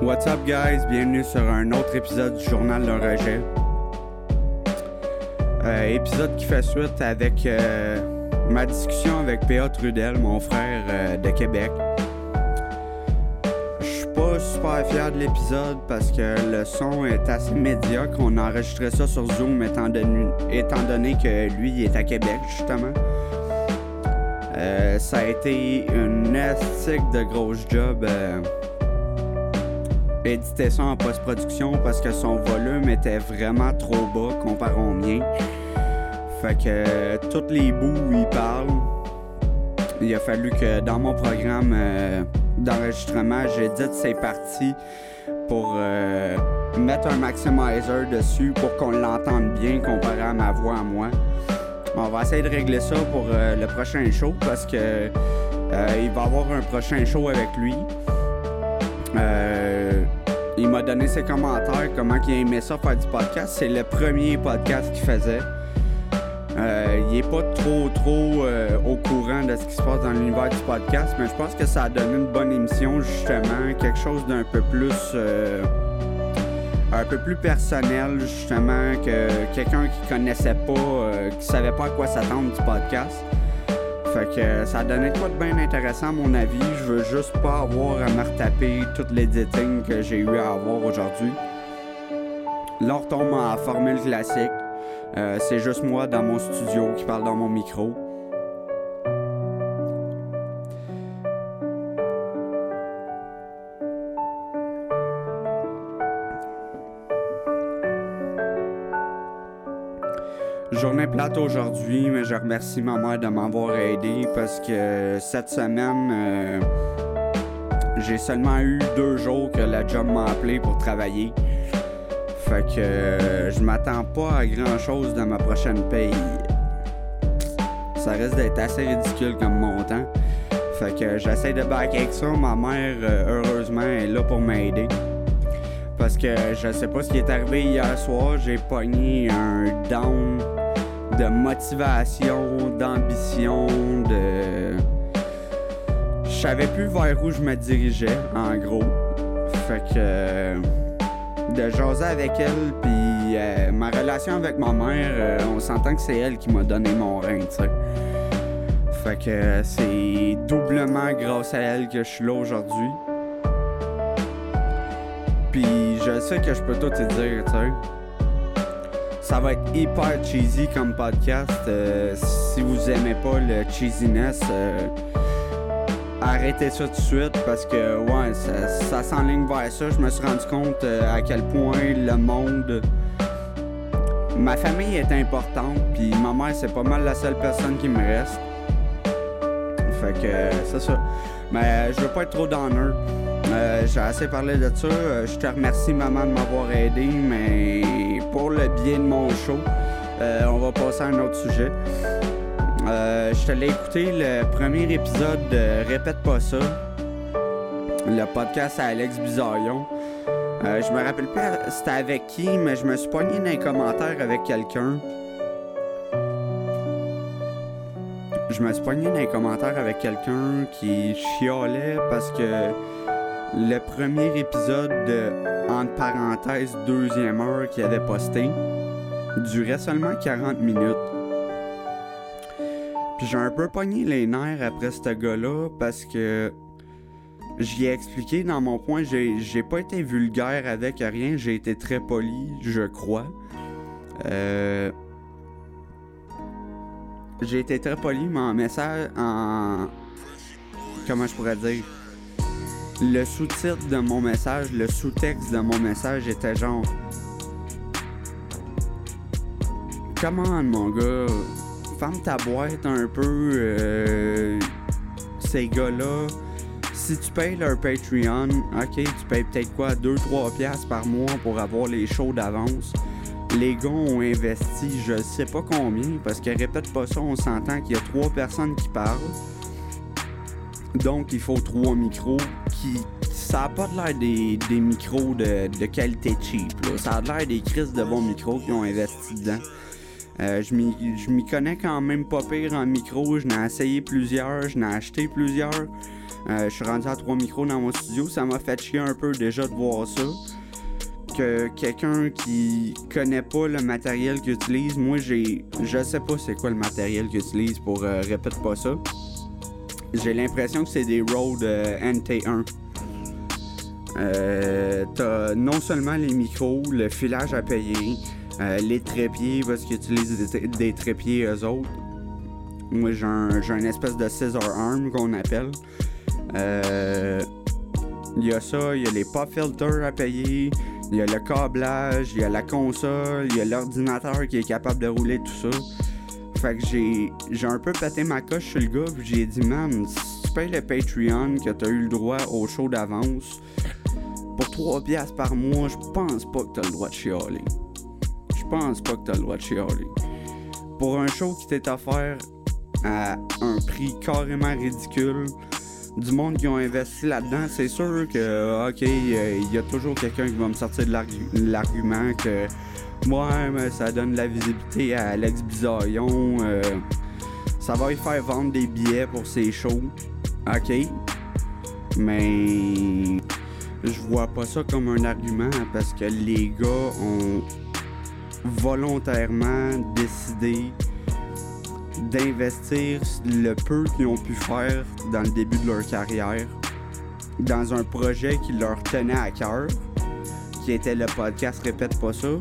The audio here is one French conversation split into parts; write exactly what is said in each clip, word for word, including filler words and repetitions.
What's up guys, bienvenue sur un autre épisode du Journal d'un rejet. Euh, épisode qui fait suite avec euh, ma discussion avec P A Trudel, mon frère euh, de Québec. Je suis pas super fier de l'épisode parce que le son est assez médiocre. On a enregistré ça sur Zoom étant donné, étant donné que lui il est à Québec justement. Euh, ça a été une estique de grosse job. Euh, éditer ça en post-production parce que son volume était vraiment trop bas comparé au mien. Fait que euh, tous les bouts où il parle, il a fallu que dans mon programme euh, d'enregistrement, j'édite ces parties pour euh, mettre un maximizer dessus pour qu'on l'entende bien comparé à ma voix à moi. On va essayer de régler ça pour euh, le prochain show parce que euh, il va y avoir un prochain show avec lui. Euh, il m'a donné ses commentaires, comment il aimait ça faire du podcast. C'est le premier podcast qu'il faisait. Euh, il est pas trop trop euh, au courant de ce qui se passe dans l'univers du podcast, mais je pense que ça a donné une bonne émission justement, quelque chose d'un peu plus euh, un peu plus personnel justement, que quelqu'un qui connaissait pas, euh, qui savait pas à quoi s'attendre du podcast. Fait que ça a donné quoi de bien intéressant à mon avis. Je veux juste pas avoir à me retaper tout l'editing que j'ai eu à avoir aujourd'hui. Là on retombe en formule classique. Euh, c'est juste moi dans mon studio qui parle dans mon micro. Journée plate aujourd'hui, mais je remercie ma mère de m'avoir aidé parce que cette semaine, euh, j'ai seulement eu deux jours que la job m'a appelé pour travailler. Fait que euh, je m'attends pas à grand chose de ma prochaine paye. Ça risque d'être assez ridicule comme montant. Fait que j'essaie de backer avec ça. Ma mère, euh, heureusement, est là pour m'aider. Parce que je sais pas ce qui est arrivé hier soir. J'ai pogné un down de motivation, d'ambition, de... Je savais plus vers où je me dirigeais, en gros. Fait que... Euh, de jaser avec elle, puis euh, ma relation avec ma mère, euh, on s'entend que c'est elle qui m'a donné mon rein, tu sais. Fait que euh, c'est doublement grâce à elle que je suis là aujourd'hui. Puis je sais que je peux tout te dire, tu sais. Ça va être hyper cheesy comme podcast. Euh, si vous aimez pas le cheesiness, euh, arrêtez ça tout de suite parce que ouais, ça, ça s'enligne vers ça. Je me suis rendu compte euh, à quel point le monde... Ma famille est importante, puis ma mère, c'est pas mal la seule personne qui me reste. Fait que euh, c'est ça. Mais je veux pas être trop downer. Euh, j'ai assez parlé de ça. Euh, je te remercie, maman, de m'avoir aidé, mais pour le bien de mon show, euh, on va passer à un autre sujet. Euh, je te l'ai écouté le premier épisode de Répète pas ça, le podcast à Alex Bizarion. Euh, je me rappelle pas c'était avec qui, mais je me suis pogné dans les commentaires avec quelqu'un. Je me suis pogné dans les commentaires avec quelqu'un qui chialait parce que le premier épisode de, entre parenthèses, deuxième heure qu'il avait posté durait seulement quarante minutes. Puis j'ai un peu pogné les nerfs après ce gars-là parce que j'y ai expliqué dans mon point, j'ai, j'ai pas été vulgaire avec rien, j'ai été très poli, je crois. Euh... J'ai été très poli, mais en message, en... Comment je pourrais dire? Le sous-titre de mon message, le sous-texte de mon message était genre... Come on, mon gars, ferme ta boîte un peu, euh... ces gars-là... Si tu payes leur Patreon, ok, tu payes peut-être quoi, deux trois piastres par mois pour avoir les shows d'avance. Les gars ont investi je sais pas combien, parce que répète pas ça, on s'entend qu'il y a trois personnes qui parlent. Donc il faut trois micros qui... Ça a pas l'air des, des micros de, de qualité cheap, là. Ça a l'air des crises de bons micros qui ont investi dedans. Euh, je m'y, je m'y connais quand même pas pire en micro, je n'ai essayé plusieurs, je n'ai acheté plusieurs. Euh, je suis rendu à trois micros dans mon studio. Ça m'a fait chier un peu déjà de voir ça. Que quelqu'un qui connaît pas le matériel qu'il utilise, moi j'ai je sais pas c'est quoi le matériel qu'il utilise pour euh, répète pas ça. J'ai l'impression que c'est des Rode euh, N T un. Euh, t'as non seulement les micros, le filage à payer, euh, les trépieds parce qu'ils utilisent des, des trépieds eux autres. Moi j'ai un, j'ai un espèce de scissor arm qu'on appelle. Euh, il y a ça, il y a les pop filters à payer. Il y a le câblage, il y a la console, il y a l'ordinateur qui est capable de rouler tout ça. Fait que j'ai, j'ai un peu pété ma coche sur le gars, puis j'ai dit, man, si tu payes le Patreon, que t'as eu le droit au show d'avance, pour trois piastres par mois, je pense pas que t'as le droit de chialer. Je pense pas que t'as le droit de chialer. Pour un show qui t'est offert à un prix carrément ridicule, du monde qui ont investi là-dedans, c'est sûr que, ok, il euh, y a toujours quelqu'un qui va me sortir de l'argu- l'argument que, ouais, mais ça donne de la visibilité à Alex Bizarillon, euh, ça va lui faire vendre des billets pour ses shows, ok, mais je vois pas ça comme un argument parce que les gars ont volontairement décidé d'investir le peu qu'ils ont pu faire dans le début de leur carrière dans un projet qui leur tenait à cœur, qui était le podcast Répète pas ça.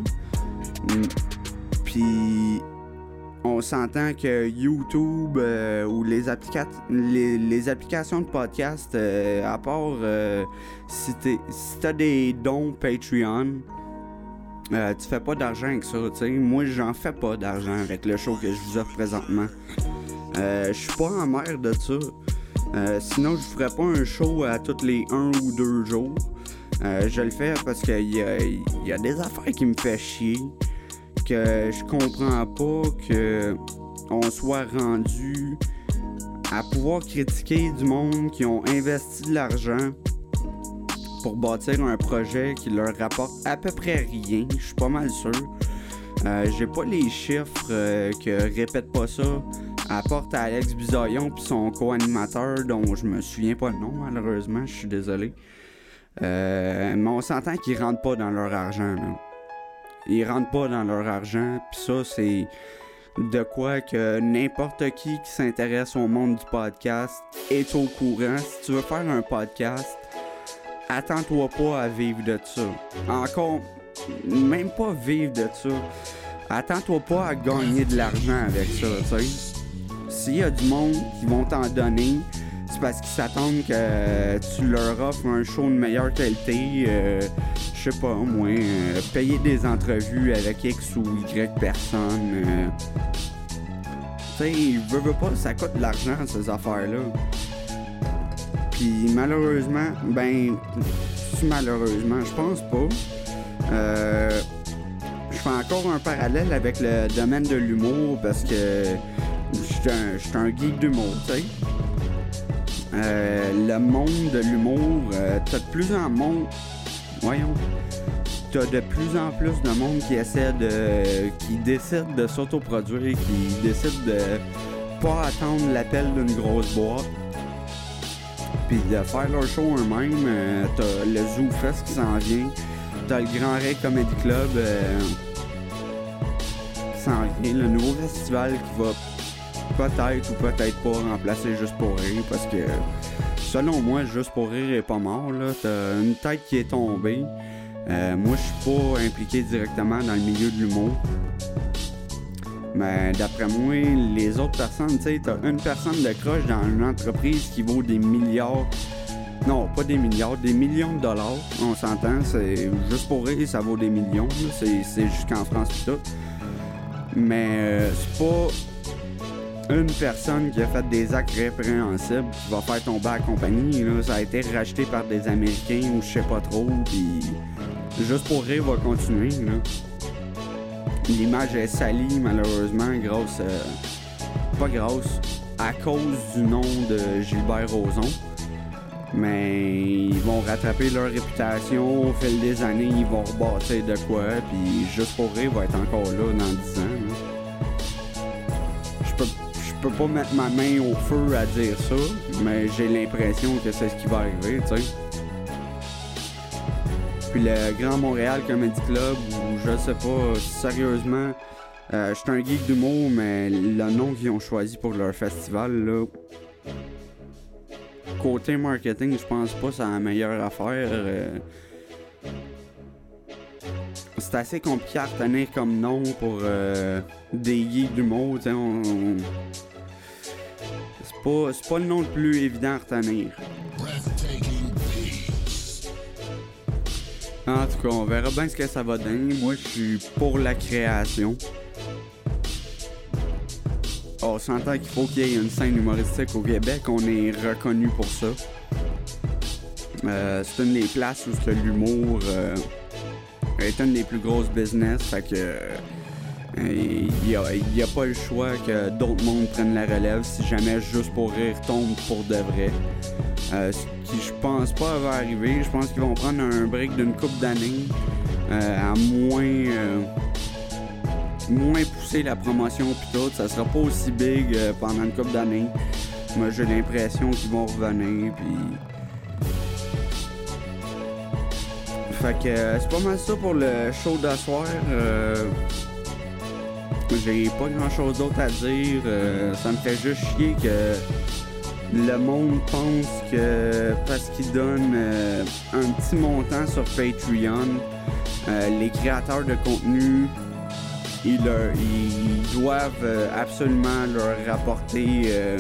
Puis on s'entend que YouTube euh, ou les, applica- les, les applications de podcast, euh, à part euh, si, si t'as des dons Patreon, Euh, tu fais pas d'argent avec ça, tu sais. Moi, j'en fais pas d'argent avec le show que je vous offre présentement. Euh, je suis pas en mer de ça. Euh, sinon, je ferais pas un show à tous les un ou deux jours. Euh, je le fais parce qu'il y a, y a des affaires qui me fait chier, que je comprends pas que on soit rendu à pouvoir critiquer du monde qui ont investi de l'argent pour bâtir un projet qui leur rapporte à peu près rien, je suis pas mal sûr. Euh, j'ai pas les chiffres euh, que Répète pas ça apporte à Alex Bizarillon puis son co-animateur dont je me souviens pas le nom malheureusement, je suis désolé. Euh, mais on s'entend qu'ils rentrent pas dans leur argent, là. Ils rentrent pas dans leur argent, puis ça c'est de quoi que n'importe qui qui s'intéresse au monde du podcast est au courant. Si tu veux faire un podcast, attends-toi pas à vivre de ça. Encore, même pas vivre de ça. Attends-toi pas à gagner de l'argent avec ça, tu sais. S'il y a du monde qui vont t'en donner, c'est parce qu'ils s'attendent que tu leur offres un show de meilleure qualité. Euh, je sais pas, moi, euh, payer des entrevues avec X ou Y personnes. Euh, tu sais, veux, veux pas, ça coûte de l'argent, ces affaires-là. Puis malheureusement, ben, malheureusement, je pense pas. Euh, je fais encore un parallèle avec le domaine de l'humour parce que je suis un, un geek d'humour, tu sais. Euh, le monde de l'humour, euh, t'as de plus en monde, voyons, t'as de plus en plus de monde qui essaie de, qui décide de s'autoproduire, qui décide de pas attendre l'appel d'une grosse boîte. Puis de faire leur show eux-mêmes. Euh, t'as le Zoo Fest qui s'en vient. T'as le Grand Ray Comedy Club euh, qui s'en vient. Le nouveau festival qui va peut-être ou peut-être pas remplacer Juste pour rire. Parce que selon moi, Juste pour rire est pas mort, là. T'as une tête qui est tombée. Euh, moi, je suis pas impliqué directement dans le milieu de l'humour. Mais d'après moi, les autres personnes, tu sais, t'as une personne de croche dans une entreprise qui vaut des milliards. Non, pas des milliards, des millions de dollars. On s'entend, c'est Juste pour rire, ça vaut des millions. Là, c'est, c'est jusqu'en France pis tout. Mais euh, c'est pas une personne qui a fait des actes répréhensibles qui va faire tomber la compagnie. Là. Ça a été racheté par des Américains ou je sais pas trop. Pis Juste pour rire va continuer. Là. L'image est salie malheureusement grâce, euh, pas grâce, à cause du nom de Gilbert Rozon. Mais ils vont rattraper leur réputation au fil des années, ils vont rebâtir de quoi, puis Juste pour rire va être encore là dans dix ans. Je peux, je je peux pas mettre ma main au feu à dire ça, mais j'ai l'impression que c'est ce qui va arriver, tu sais. Puis le Grand Montréal Comedy Club, ou je sais pas, sérieusement, euh, je suis un geek d'humour, mais le nom qu'ils ont choisi pour leur festival, là, côté marketing, je pense pas que c'est la meilleure affaire. Euh, c'est assez compliqué à retenir comme nom pour euh, des geeks d'humour, tu sais, on, on... c'est pas, c'est pas le nom le plus évident à retenir. En tout cas, on verra bien ce que ça va donner. Moi, je suis pour la création. On s'entend qu'il faut qu'il y ait une scène humoristique au Québec. On est reconnu pour ça. Euh, c'est une des places où que l'humour euh, est une des plus grosses business. Fait que il n'y a, y a pas le choix que d'autres mondes prennent la relève si jamais Juste pour rire tombe pour de vrai. Euh, ce qui je pense pas va arriver. Je pense qu'ils vont prendre un break d'une couple d'années euh, à moins euh, moins pousser la promotion pis tout. Ça sera pas aussi big euh, pendant une couple d'années. Moi j'ai l'impression qu'ils vont revenir pis. Fait que euh, c'est pas mal ça pour le show d'asseoir. Euh, j'ai pas grand chose d'autre à dire. Euh, ça me fait juste chier que le monde pense que parce qu'ils donnent euh, un petit montant sur Patreon, euh, les créateurs de contenu, ils, leur, ils doivent euh, absolument leur rapporter euh,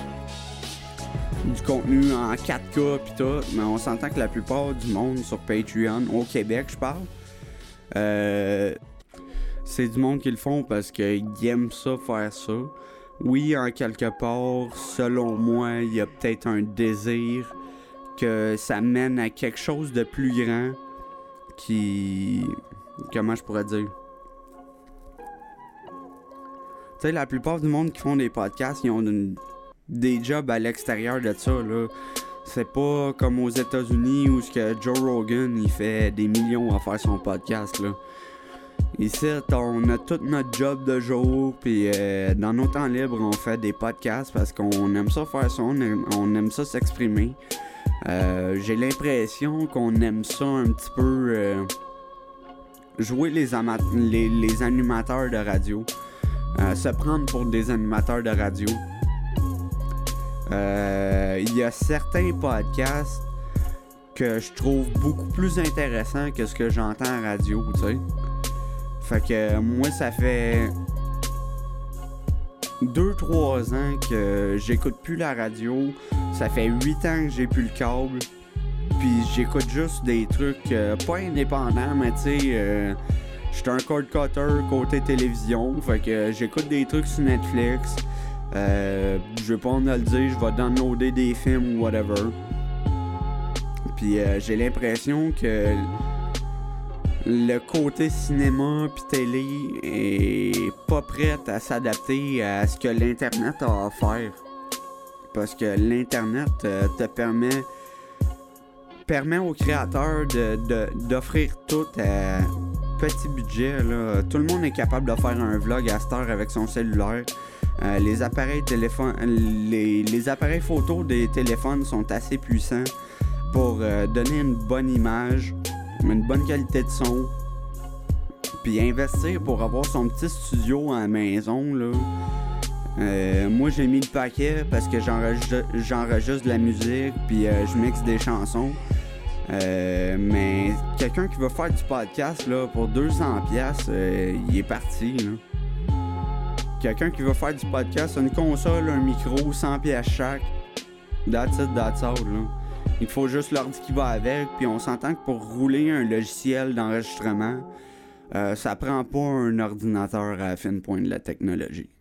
du contenu en quatre K pis tout. Mais on s'entend que la plupart du monde sur Patreon, au Québec je parle, euh, c'est du monde qui le font parce qu'ils aiment ça, faire ça. Oui, en quelque part, selon moi, il y a peut-être un désir que ça mène à quelque chose de plus grand qui... Comment je pourrais dire? Tu sais, la plupart du monde qui font des podcasts, ils ont une... des jobs à l'extérieur de ça, là. C'est pas comme aux États-Unis où ce que Joe Rogan, il fait des millions à faire son podcast, là. Ici, on a tout notre job de jour, puis euh, dans nos temps libres, on fait des podcasts parce qu'on aime ça faire ça, on aime, on aime ça s'exprimer. Euh, j'ai l'impression qu'on aime ça un petit peu euh, jouer les, ama- les, les animateurs de radio, euh, se prendre pour des animateurs de radio. Il euh, y a certains podcasts que je trouve beaucoup plus intéressants que ce que j'entends à radio, tu sais. Fait que moi, ça fait deux trois ans que j'écoute plus la radio. Ça fait huit ans que j'ai plus le câble. Puis j'écoute juste des trucs euh, pas indépendants, mais tu sais, euh, j'étais un cord cutter côté télévision. Fait que j'écoute des trucs sur Netflix. Euh, je vais pas en le dire, je vais downloader des films ou whatever. Puis euh, j'ai l'impression que le côté cinéma pis télé est pas prêt à s'adapter à ce que l'internet a à offrir. Parce que l'internet euh, te permet permet aux créateurs de, de, d'offrir tout à petit budget, là. Tout le monde est capable de faire un vlog à cette heure avec son cellulaire. Euh, les appareils téléphone, les, les appareils photo des téléphones sont assez puissants pour euh, donner une bonne image, une bonne qualité de son, puis investir pour avoir son petit studio à la maison, là. Euh, moi j'ai mis le paquet parce que j'enregistre, j'enregistre de la musique, puis euh, je mixe des chansons. Euh, mais quelqu'un qui veut faire du podcast là, pour deux cents piastres, euh, il est parti, là. Quelqu'un qui veut faire du podcast, une console, un micro, cent piastres chaque. That's it, that's all, là. Il faut juste l'ordi qui va avec, puis on s'entend que pour rouler un logiciel d'enregistrement, euh, ça prend pas un ordinateur à la fine pointe de la technologie.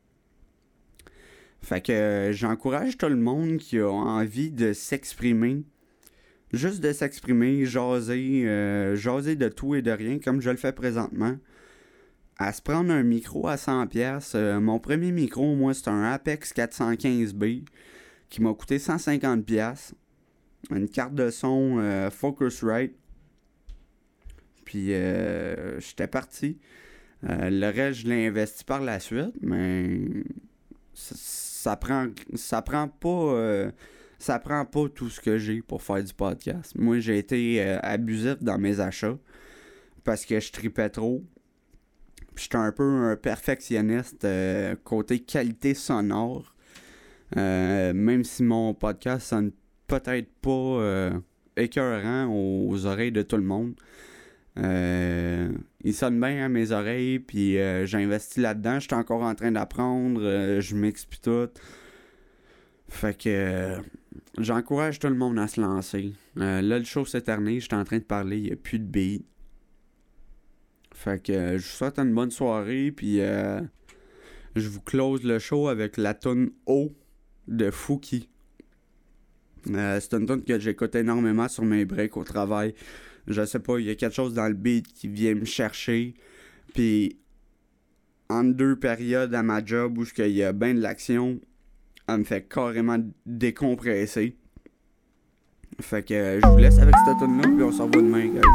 Fait que euh, j'encourage tout le monde qui a envie de s'exprimer, juste de s'exprimer, jaser, euh, jaser de tout et de rien, comme je le fais présentement, à se prendre un micro à cent piastres. Euh, mon premier micro, moi, c'est un Apex quatre cent quinze B qui m'a coûté cent cinquante piastres. Une carte de son euh, Focusrite. Puis euh, j'étais parti. Euh, le reste, je l'ai investi par la suite, mais ça, ça prend ça prend pas euh, ça prend pas tout ce que j'ai pour faire du podcast. Moi, j'ai été euh, abusif dans mes achats parce que je tripais trop. J'étais un peu un perfectionniste euh, côté qualité sonore. Euh, même si mon podcast sonne peut-être pas euh, écœurant aux, aux oreilles de tout le monde. Euh, il sonne bien à mes oreilles, puis euh, j'ai investi là-dedans. J'étais encore en train d'apprendre, euh, je m'explique tout. Fait que euh, j'encourage tout le monde à se lancer. Euh, là, le show s'est terminé, j'étais en train de parler, il n'y a plus de beat. Fait que euh, je vous souhaite une bonne soirée, puis euh, je vous close le show avec la tune O de Fouki. Euh, c'est une tune que j'écoute énormément sur mes breaks au travail. Je sais pas, il y a quelque chose dans le beat qui vient me chercher. Puis, en deux périodes à ma job où il y a bien de l'action, elle me fait carrément décompresser. Fait que euh, je vous laisse avec cette tune là, puis on s'en va demain, guys.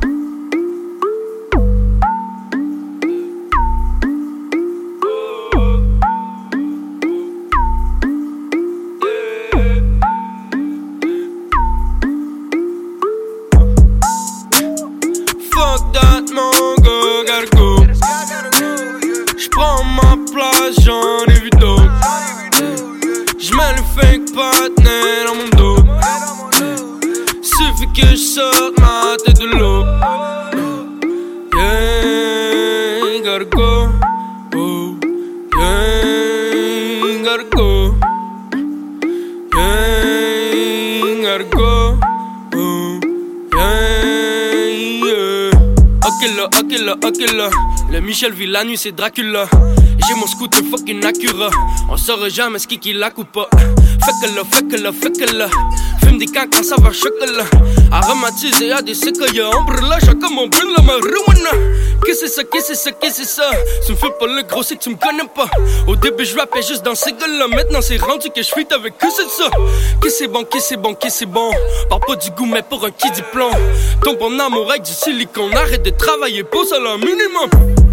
Fuck that, mon gars, gotta go. J'prends ma place, j'en ai vu d'autres. J'mets le fake partner dans mon dos. Suffit que j'sorte ma tête de l'eau. Yeah, gotta go. Oh, yeah, gotta go. Yeah, gotta go. Oh, yeah, yeah. Ok là, ok là, ok là. Le Michel vit la nuit, c'est Dracula. J'ai mon scooter fucking Acura. On saura jamais ce qui qui la coupe pas. Fait que là, fait que là, fait que là. Fume des cannes quand ça va chocolat. Aromatisé à des séquoias. Ombre là, j'ai comme on brûle la marijuana. Qu'est-ce que c'est ça, qu'est-ce que c'est ça, qu'est-ce que c'est ça? Tu me fais pas le gros, c'est que tu me connais pas. Au début, je rappais juste dans ces gars-là. Maintenant, c'est rendu que je fuite avec que c'est ça. Qu'est-ce c'est bon, qu'est-ce c'est bon, qu'est-ce c'est bon. Parle pas du goût, mais pour un qui diplôme. Tombe en amour avec du silicone. Arrête de travailler pour ça, là, minimum.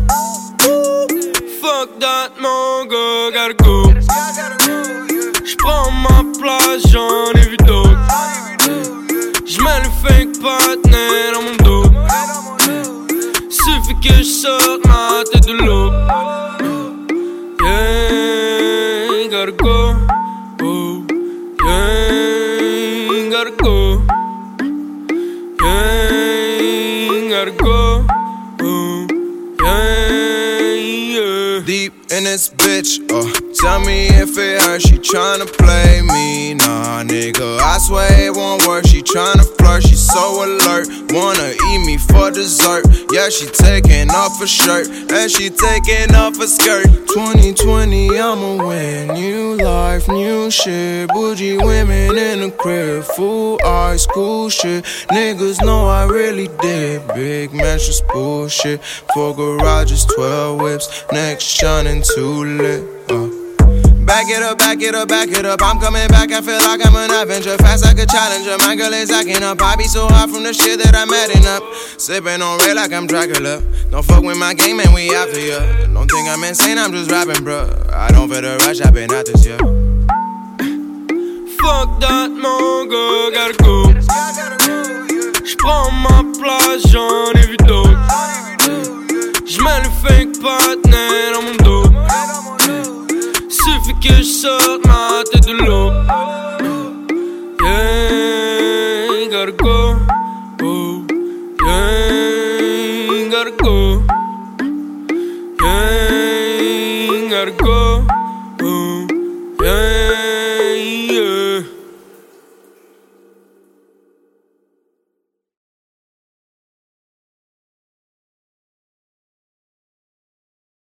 Fuck that, mon gars, gotta go. J'prends ma place, j'en ai vu d'autres. J'mets le fake partner dans mon dos. Suffit que j'sorte ma tête de l'eau. Yeah, gotta go. Oh, yeah, gotta go. Yeah, gotta go. Oh, yeah, yeah. Deep in this bitch, uh, tell me if it hurt, she tryna play me. Nah, nigga, I swear it won't work. She tryna flirt, she so alert. Wanna eat me for dessert. Yeah, she taking off her shirt and she taking off her skirt. twenty twenty, I'ma win. New life, new shit. Bougie women in the crib, full high school shit. Niggas know I really did. Big mansions, bullshit. Four garages, twelve whips. Next shining too lit. Uh. Back it up, back it up, back it up. I'm coming back, I feel like I'm an Avenger. Fast like a challenger, my girl is acting up. I be so hot from the shit that I'm adding up. Sipping on red like I'm Dracula. Don't fuck with my game, man, we after ya. Don't think I'm insane, I'm just rapping, bruh. I don't feel the rush, I've been at this, yeah. Fuck that, mon gars, gotta go. J'prends ma place, j'en ai vu d'autres. J'mets le fake partner dans mon dos. Suffit que j'sorte ma tête de l'eau. Yeah, gotta go.